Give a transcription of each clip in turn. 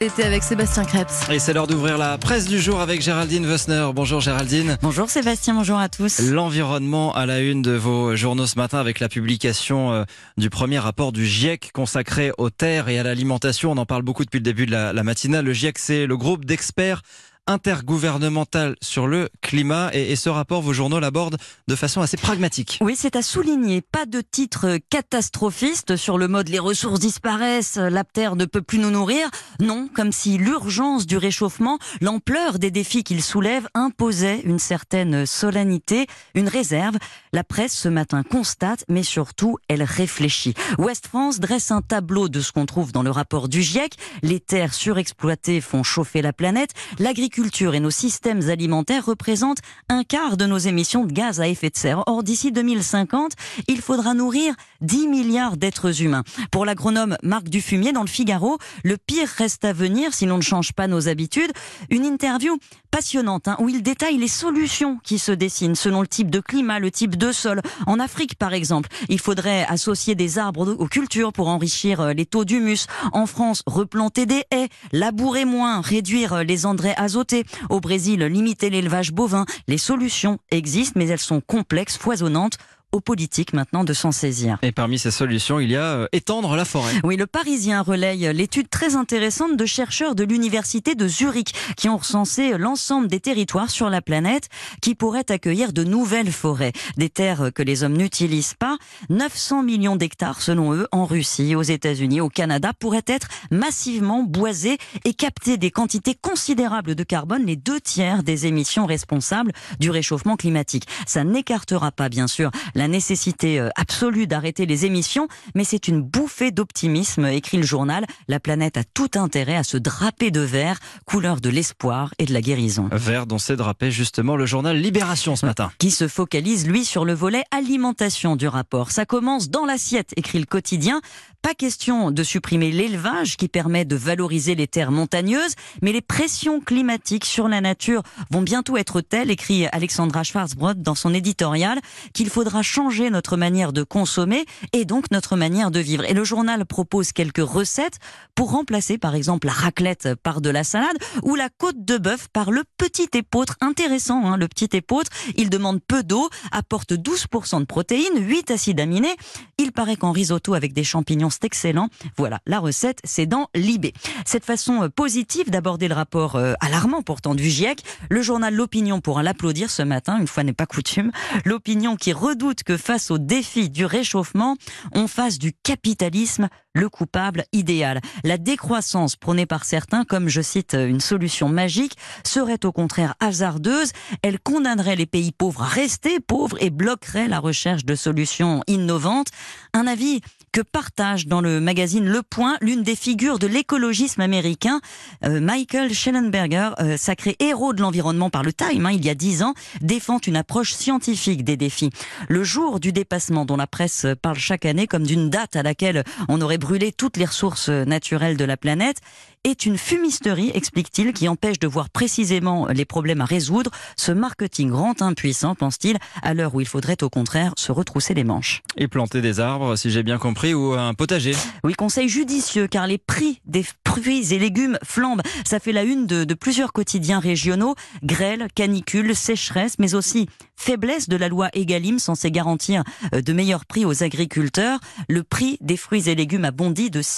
C'était avec Sébastien Krebs. Et c'est l'heure d'ouvrir la presse du jour avec Géraldine Wessner. Bonjour Géraldine. Bonjour Sébastien, bonjour à tous. L'environnement à la une de vos journaux ce matin avec la publication du premier rapport du GIEC consacré aux terres et à l'alimentation. On en parle beaucoup depuis le début de la matinale. Le GIEC, c'est le groupe d'experts intergouvernemental sur le climat et ce rapport, vos journaux l'abordent de façon assez pragmatique. Oui, c'est à souligner. Pas de titre catastrophiste sur le mode « les ressources disparaissent, la terre ne peut plus nous nourrir ». Non, comme si l'urgence du réchauffement, l'ampleur des défis qu'il soulève imposait une certaine solennité, une réserve. La presse ce matin constate, mais surtout elle réfléchit. Ouest France dresse un tableau de ce qu'on trouve dans le rapport du GIEC. Les terres surexploitées font chauffer la planète. L'agriculture et nos systèmes alimentaires représentent un quart de nos émissions de gaz à effet de serre. Or, d'ici 2050, il faudra nourrir 10 milliards d'êtres humains. Pour l'agronome Marc Dufumier, dans le Figaro, le pire reste à venir si l'on ne change pas nos habitudes. Une interview passionnante où il détaille les solutions qui se dessinent selon le type de climat, le type de sol. En Afrique, par exemple, il faudrait associer des arbres aux cultures pour enrichir les taux d'humus. En France, replanter des haies, labourer moins, réduire les engrais azotés. Au Brésil, limiter l'élevage bovin. Les solutions existent, mais elles sont complexes, foisonnantes. Aux politiques maintenant de s'en saisir. Et parmi ces solutions, il y a étendre la forêt. Oui, le Parisien relaye l'étude très intéressante de chercheurs de l'université de Zurich qui ont recensé l'ensemble des territoires sur la planète qui pourraient accueillir de nouvelles forêts. Des terres que les hommes n'utilisent pas. 900 millions d'hectares, selon eux, en Russie, aux États-Unis, au Canada, pourraient être massivement boisés et capter des quantités considérables de carbone, les 2/3 des émissions responsables du réchauffement climatique. Ça n'écartera pas, bien sûr, la nécessité absolue d'arrêter les émissions, mais c'est une bouffée d'optimisme, écrit le journal. La planète a tout intérêt à se draper de vert, couleur de l'espoir et de la guérison. Vert dont s'est drapé justement le journal Libération ce matin. Qui se focalise, lui, sur le volet alimentation du rapport. Ça commence dans l'assiette, écrit le quotidien. Pas question de supprimer l'élevage qui permet de valoriser les terres montagneuses, mais les pressions climatiques sur la nature vont bientôt être telles, écrit Alexandra Schwarzbrod dans son éditorial, qu'il faudra changer notre manière de consommer et donc notre manière de vivre. Et le journal propose quelques recettes pour remplacer par exemple la raclette par de la salade ou la côte de bœuf par le petit épeautre. Intéressant, le petit épeautre. Il demande peu d'eau, apporte 12% de protéines, 8 acides aminés. Il paraît qu'en risotto avec des champignons, c'est excellent. Voilà, la recette, c'est dans Libé. Cette façon positive d'aborder le rapport alarmant pourtant du GIEC, le journal L'Opinion pourra l'applaudir ce matin, une fois n'est pas coutume. L'Opinion qui redoute que face au défi du réchauffement, on fasse du capitalisme le coupable idéal. La décroissance prônée par certains, comme je cite une solution magique, serait au contraire hasardeuse. Elle condamnerait les pays pauvres à rester pauvres et bloquerait la recherche de solutions innovantes. Un avis que partage dans le magazine Le Point l'une des figures de l'écologisme américain, Michael Shellenberger, sacré héros de l'environnement par le Time, il y a 10 ans, défend une approche scientifique des défis. Le jour du dépassement dont la presse parle chaque année comme d'une date à laquelle on aurait brûlé toutes les ressources naturelles de la planète est une fumisterie, explique-t-il, qui empêche de voir précisément les problèmes à résoudre. Ce marketing rend impuissant, pense-t-il, à l'heure où il faudrait au contraire se retrousser les manches. Et planter des arbres, si j'ai bien compris, ou un potager. Oui, conseil judicieux, car les prix des fruits et légumes flambent. Ça fait la une de plusieurs quotidiens régionaux. Grêle, canicule, sécheresse, mais aussi faiblesse de la loi Egalim censée garantir de meilleurs prix aux agriculteurs. Le prix des fruits et légumes a bondi de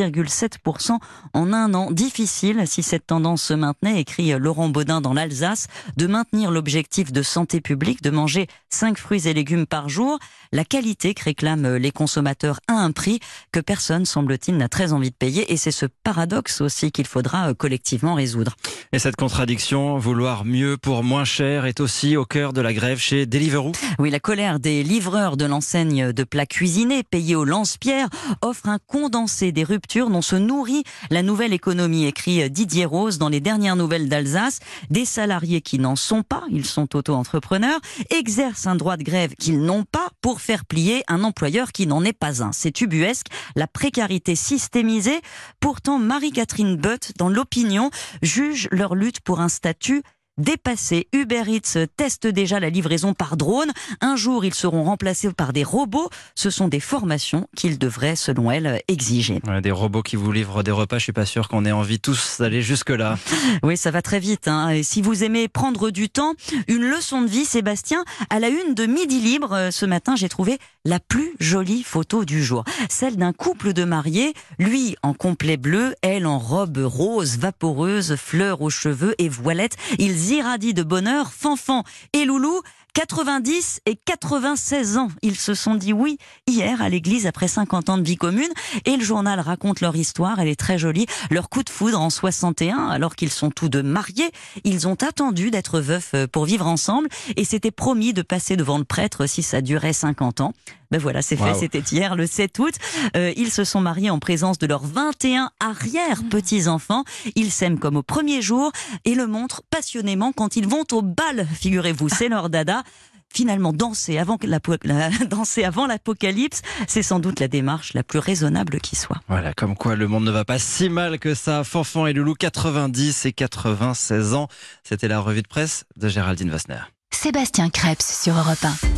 6,7% en un an. Difficile, si cette tendance se maintenait, écrit Laurent Baudin dans l'Alsace, de maintenir l'objectif de santé publique, de manger 5 fruits et légumes par jour. La qualité que réclament les consommateurs à un prix que personne, semble-t-il, n'a très envie de payer. Et c'est ce paradoxe aussi qu'il faudra collectivement résoudre. Et cette contradiction, vouloir mieux pour moins cher, est aussi au cœur de la grève chez Deliveroo. Oui, la colère des livreurs de l'enseigne de plats cuisinés payés au lance-pierre offre un condensé des ruptures dont se nourrit la nouvelle économie, écrit Didier Rose dans les dernières nouvelles d'Alsace. Des salariés qui n'en sont pas, ils sont auto-entrepreneurs, exercent un droit de grève qu'ils n'ont pas pour faire plier un employeur qui n'en est pas un. C'est ubuesque, la précarité systémisée. Pourtant, Marie-Catherine Butt, dans l'Opinion, juge leur lutte pour un statut dépassés. Uber Eats teste déjà la livraison par drone. Un jour, ils seront remplacés par des robots. Ce sont des formations qu'ils devraient, selon elle, exiger. Ouais, des robots qui vous livrent des repas, je suis pas sûr qu'on ait envie tous d'aller jusque-là. Oui, ça va très vite. Et si vous aimez prendre du temps, une leçon de vie, Sébastien, à la une de Midi Libre, ce matin, j'ai trouvé la plus jolie photo du jour. Celle d'un couple de mariés, lui en complet bleu, elle en robe rose, vaporeuse, fleurs aux cheveux et voilette. Ils irradient de bonheur, Fanfan et Loulou. 90 et 96 ans. Ils se sont dit oui hier à l'église après 50 ans de vie commune et le journal raconte leur histoire, elle est très jolie. Leur coup de foudre en 61, alors qu'ils sont tous deux mariés, ils ont attendu d'être veufs pour vivre ensemble et s'étaient promis de passer devant le prêtre si ça durait 50 ans. Ben voilà, c'est fait, c'était hier le 7 août. Ils se sont mariés en présence de leurs 21 arrière-petits-enfants. Ils s'aiment comme au premier jour et le montrent passionnément quand ils vont au bal, figurez-vous, c'est leur dada. Finalement, danser avant l'apocalypse, c'est sans doute la démarche la plus raisonnable qui soit. Voilà, comme quoi le monde ne va pas si mal que ça. Fanfan et Loulou, 90 et 96 ans. C'était la revue de presse de Géraldine Wassner. Sébastien Krebs sur Europe 1.